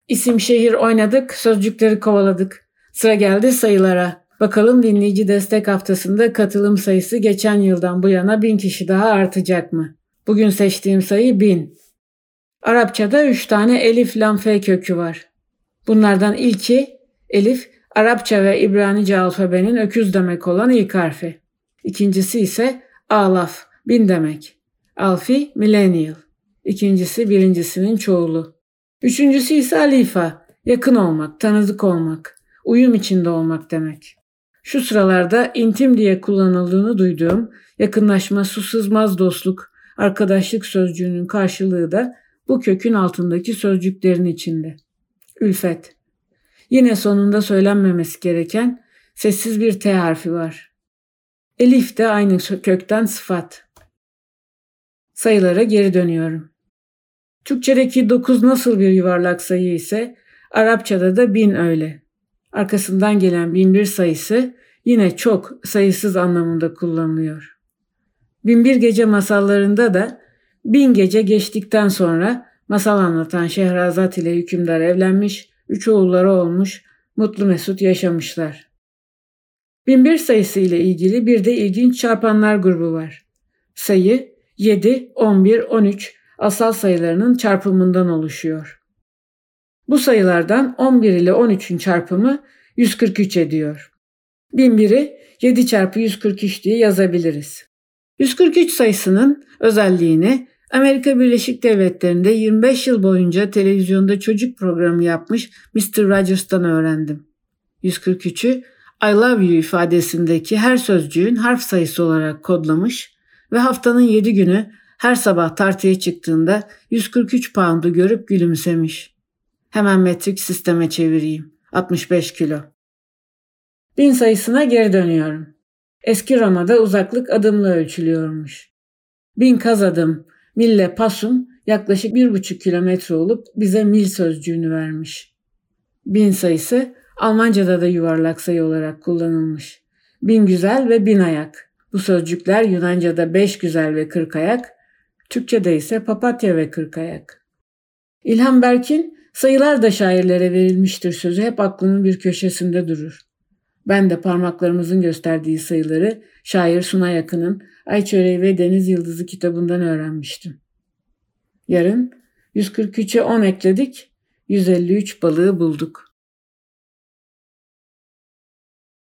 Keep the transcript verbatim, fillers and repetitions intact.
İsim şehir oynadık, sözcükleri kovaladık. Sıra geldi sayılara. Bakalım dinleyici destek haftasında katılım sayısı geçen yıldan bu yana bin kişi daha artacak mı? Bugün seçtiğim sayı bin. Arapçada üç tane elif, lam, fe kökü var. Bunlardan ilki elif, Arapça ve İbranice alfabenin öküz demek olan ilk harfi. İkincisi ise alaf, bin demek. Alfi, millennial. İkincisi birincisinin çoğulu. Üçüncüsü ise alifa, yakın olmak, tanıdık olmak, uyum içinde olmak demek. Şu sıralarda intim diye kullanıldığını duyduğum yakınlaşma, su sızmaz dostluk, arkadaşlık sözcüğünün karşılığı da bu kökün altındaki sözcüklerin içinde. Ülfet. Yine sonunda söylenmemesi gereken sessiz bir T harfi var. Elif de aynı kökten sıfat. Sayılara geri dönüyorum. Türkçedeki dokuz nasıl bir yuvarlak sayı ise Arapçada da bin öyle. Arkasından gelen bin bir sayısı yine çok sayısız anlamında kullanılıyor. Bin bir gece masallarında da bin gece geçtikten sonra masal anlatan Şehrazat ile hükümdar evlenmiş, üç oğulları olmuş, mutlu mesut yaşamışlar. bin bir sayısı ile ilgili bir de ilginç çarpanlar grubu var. Sayı yedi, on bir, on üç asal sayılarının çarpımından oluşuyor. Bu sayılardan on bir ile on üçün çarpımı yüz kırk üç ediyor. bin biri yedi çarpı yüz kırk üç diye yazabiliriz. yüz kırk üç sayısının özelliğini Amerika Birleşik Devletleri'nde yirmi beş yıl boyunca televizyonda çocuk programı yapmış mister Rogers'tan öğrendim. yüz kırk üçü I love you ifadesindeki her sözcüğün harf sayısı olarak kodlamış ve haftanın yedi günü her sabah tartıya çıktığında yüz kırk üç pound'u görüp gülümsemiş. Hemen metrik sisteme çevireyim. altmış beş kilo. Bin sayısına geri dönüyorum. Eski Roma'da uzaklık adımla ölçülüyormuş. Bin kaz adım, mille pasum yaklaşık bir buçuk kilometre olup bize mil sözcüğünü vermiş. Bin sayısı Almanca'da da yuvarlak sayı olarak kullanılmış. Bin güzel ve bin ayak. Bu sözcükler Yunanca'da beş güzel ve kırk ayak, Türkçe'de ise papatya ve kırk ayak. İlhan Berk'in sayılar da şairlere verilmiştir sözü hep aklımın bir köşesinde durur. Ben de parmaklarımızın gösterdiği sayıları şair Sunay Akın'ın Ay Çöreği ve Deniz Yıldızı kitabından öğrenmiştim. Yarın yüz kırk üçe on ekledik, yüz elli üç balığı bulduk.